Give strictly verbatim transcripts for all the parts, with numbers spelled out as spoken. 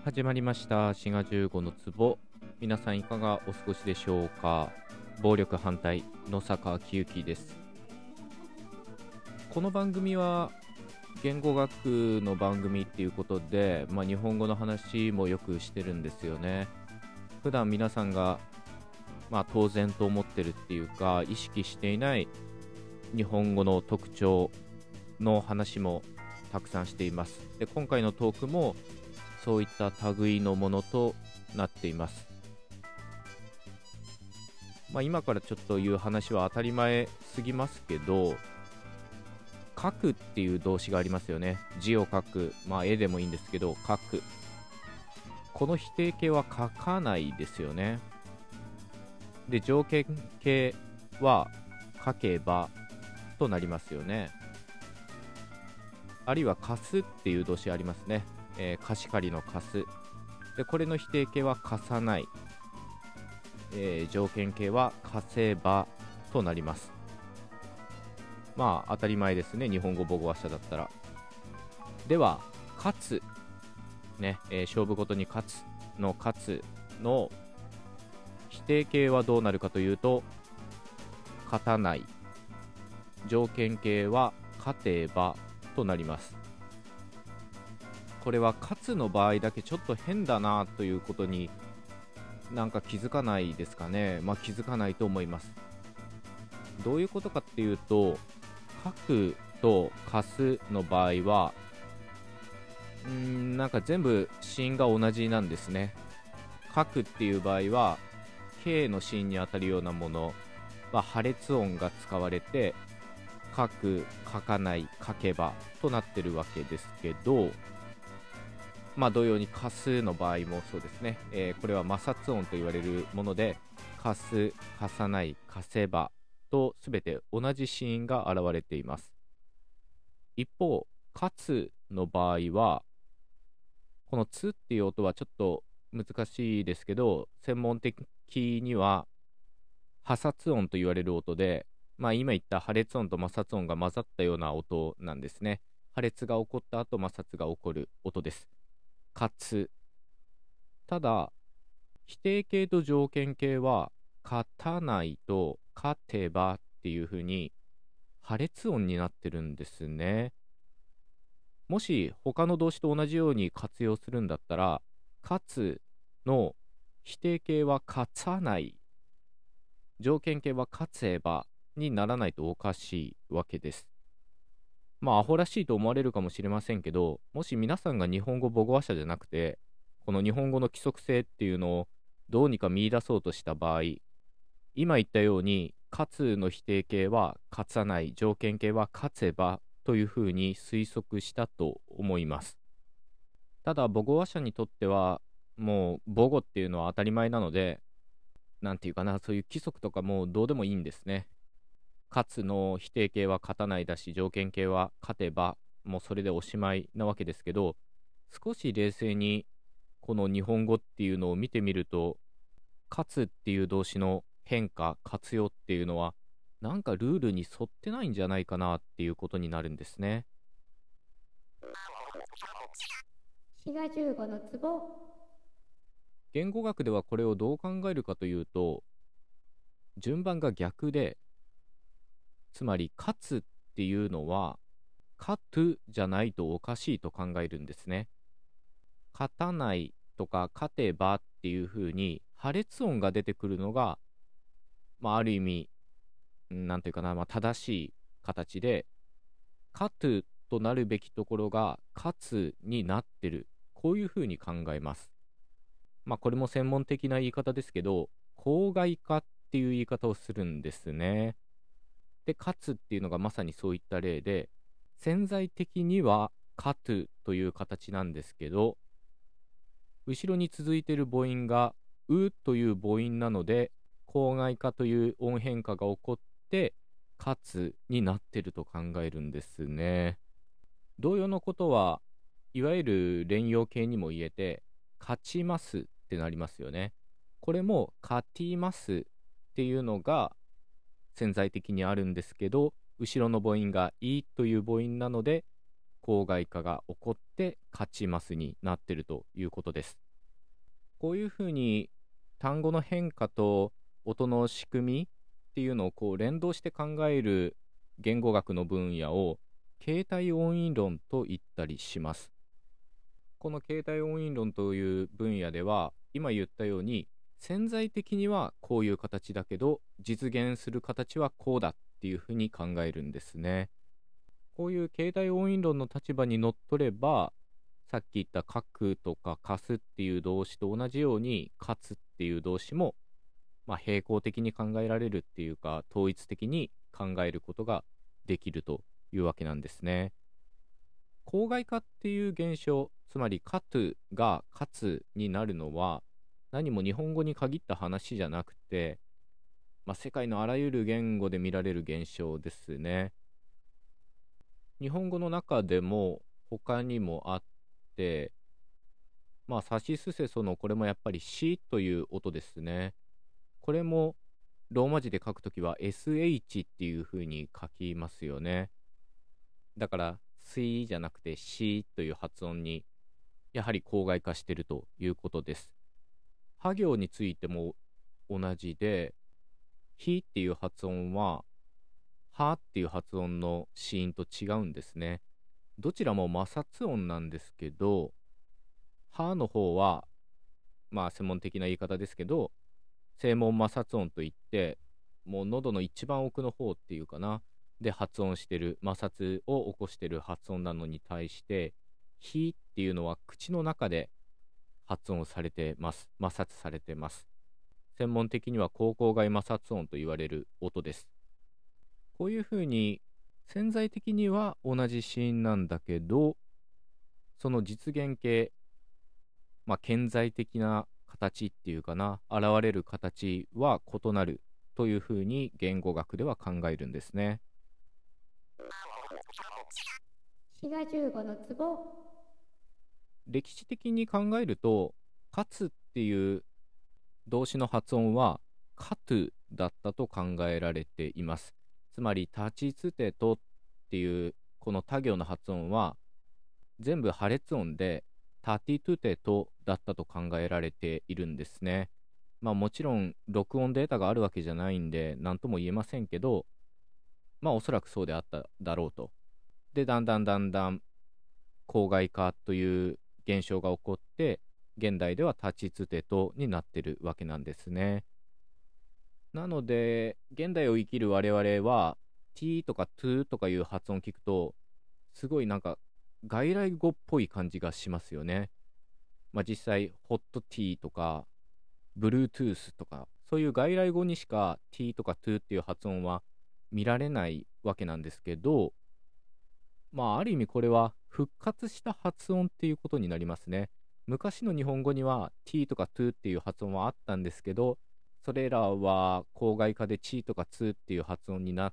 始まりました滋賀じゅうごの壺。皆さんいかがお過ごしでしょうか。暴力反対野坂清樹です。この番組は言語学の番組っていうことで、まあ、日本語の話もよくしてるんですよね。普段皆さんが、まあ、当然と思ってるっていうか意識していない日本語の特徴の話もたくさんしています。で、今回のトークもそういった類のものとなっています。まあ、今からちょっと言う話は当たり前すぎますけど、書くっていう動詞がありますよね。字を書く、まあ絵でもいいんですけど、書く。この否定形は書かないですよね。で、条件形は書けばとなりますよね。あるいは貸すっていう動詞ありますね。えー、貸し借りの貸す。で、これの否定形は貸さない。えー、条件形は貸せばとなります。まあ当たり前ですね、日本語母語話者だったら。では勝つね、えー、勝負ごとに勝つの勝つの否定形はどうなるかというと、勝たない。条件形は勝てばとなります。これは勝つの場合だけちょっと変だなということになんか気づかないですかね。まあ気づかないと思います。どういうことかっていうと、書くと貸すの場合はうーんなんか全部子音が同じなんですね。書くっていう場合は K の子音に当たるようなものは破裂音が使われて、書く、書かない、書けばとなってるわけですけど、まあ同様に貸すの場合もそうですね、えー、これは摩擦音と言われるもので、貸す、貸さない、貸せばとすべて同じ子音が現れています。一方、勝つの場合はこのつっていう音はちょっと難しいですけど、専門的には破擦音と言われる音で、まあ今言った破裂音と摩擦音が混ざったような音なんですね。破裂が起こった後摩擦が起こる音です。勝つ。ただ否定形と条件形は勝たないと勝てばっていう風に破裂音になってるんですね。もし他の動詞と同じように活用するんだったら、勝つの否定形は勝たない、条件形は勝せばにならないとおかしいわけです。まあアホらしいと思われるかもしれませんけど、もし皆さんが日本語母語話者じゃなくて、この日本語の規則性っていうのをどうにか見出そうとした場合、今言ったように勝つの否定形は勝たない、条件形は勝せばというふうに推測したと思います。ただ母語話者にとってはもう母語っていうのは当たり前なので、なんていうかな、そういう規則とかもうどうでもいいんですね。勝つの否定形は勝たないだし、条件形は勝てばもうそれでおしまいなわけですけど、少し冷静にこの日本語っていうのを見てみると、勝つっていう動詞の変化活用っていうのはなんかルールに沿ってないんじゃないかなっていうことになるんですね。 滋賀じゅうごの壺。 言語学ではこれをどう考えるかというと、順番が逆で、つまり勝つっていうのは勝つじゃないとおかしいと考えるんですね。勝たないとか勝てばっていう風に破裂音が出てくるのが、まあ、ある意味なんていうかな、まあ、正しい形で、勝つとなるべきところが勝つになってる、こういう風に考えます。まあこれも専門的な言い方ですけど、口外化っていう言い方をするんですね。で、勝つっていうのがまさにそういった例で、潜在的には勝つという形なんですけど、後ろに続いている母音がうという母音なので、口外化という音変化が起こって、勝つになってると考えるんですね。同様のことはいわゆる連用形にも言えて、勝ちますってなりますよね。これも勝ちますっていうのが潜在的にあるんですけど、後ろの母音がいという母音なので、 口外化が起こって勝ちますになってるということです。こういうふうに単語の変化と音の仕組みっていうのをこう連動して考える言語学の分野を形態音韻論と言ったりします。この形態音韻論という分野では今言ったように潜在的にはこういう形だけど実現する形はこうだっていうふうに考えるんですね。こういう形態音韻論の立場にのっとればさっき言った書くとか貸すっていう動詞と同じように勝つっていう動詞も、まあ、並行的に考えられるっていうか統一的に考えることができるというわけなんですね。口外化っていう現象、つまり勝つが勝つになるのは何も日本語に限った話じゃなくて、まあ、世界のあらゆる言語で見られる現象ですね。日本語の中でも他にもあって、まあ、さしすせそのこれもやっぱりしという音ですね。これもローマ字で書くときは エスエイチ っていう風に書きますよね。だから、しじゃなくてしという発音にやはり口外化しているということです。は行についても同じで、ひっていう発音は、はっていう発音の子音と違うんですね。どちらも摩擦音なんですけど、はの方は、まあ専門的な言い方ですけど、声門摩擦音といって、もう喉の一番奥の方っていうかな、で発音してる、摩擦を起こしてる発音なのに対して、ひっていうのは口の中で発音されてます。摩擦されてます。専門的には口腔外摩擦音と言われる音です。こういうふうに潜在的には同じ子音なんだけど、その実現形、まあ、顕在的な形っていうかな、現れる形は異なるというふうに言語学では考えるんですね。 滋賀じゅうごの壺。 歴史的に考えると、勝つっていう動詞の発音はカトゥだったと考えられています。つまり立ちつてとっていうこの他行の発音は全部破裂音でタティトゥテトだったと考えられているんですね。まあもちろん録音データがあるわけじゃないんで何とも言えませんけど、まあおそらくそうであっただろうと。でだんだんだんだん口外化という現象が起こって現代では立ちつてとになってるわけなんですね。なので現代を生きる我々は t とか to とかいう発音を聞くとすごいなんか外来語っぽい感じがしますよね。まあ実際ホットティーとか Bluetooth とかそういう外来語にしか t とか to っていう発音は見られないわけなんですけど、まあある意味これは復活した発音っていうことになりますね。昔の日本語には t とか to っていう発音はあったんですけど、それらは口外化で ち とか つ っていう発音になって、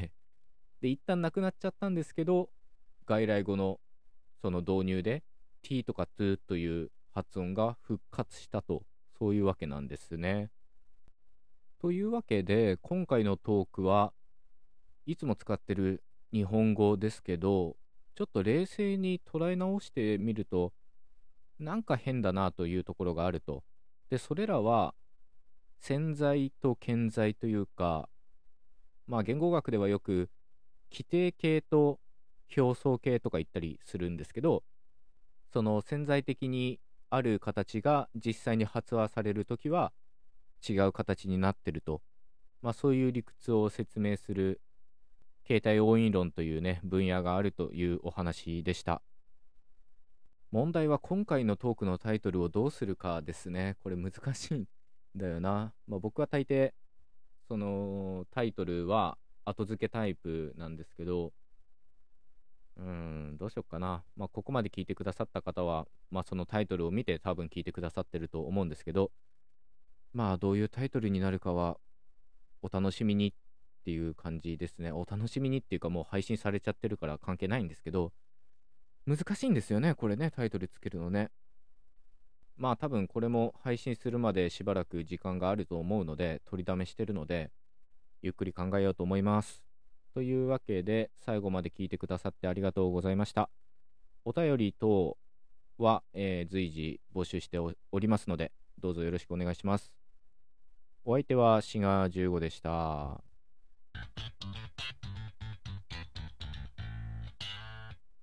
で一旦なくなっちゃったんですけど、外来語のその導入で t とか to という発音が復活したと、そういうわけなんですね。というわけで今回のトークはいつも使ってる日本語ですけど、ちょっと冷静に捉え直してみるとなんか変だなというところがあると。でそれらは潜在と顕在というか、まあ言語学ではよく規定形と表層形とか言ったりするんですけど、その潜在的にある形が実際に発話されるときは違う形になってると、まあ、そういう理屈を説明する形態応印論というね分野があるというお話でした。問題は今回のトークのタイトルをどうするかですね。これ難しいんだよな。まあ、僕は大抵そのタイトルは後付けタイプなんですけど、うーん、どうしよっかな。まあ、ここまで聞いてくださった方は、まあ、そのタイトルを見て多分聞いてくださってると思うんですけど、まあ、どういうタイトルになるかは、お楽しみにっていう感じですね。お楽しみにっていうか、もう配信されちゃってるから関係ないんですけど、難しいんですよね、これね、タイトルつけるのね。まあ、多分これも配信するまでしばらく時間があると思うので、取りだめしてるので、ゆっくり考えようと思います。というわけで、最後まで聞いてくださってありがとうございました。 お便り等は、えー随時募集しておおりますので、どうぞよろしくお願いします。お相手はシガじゅうごでした。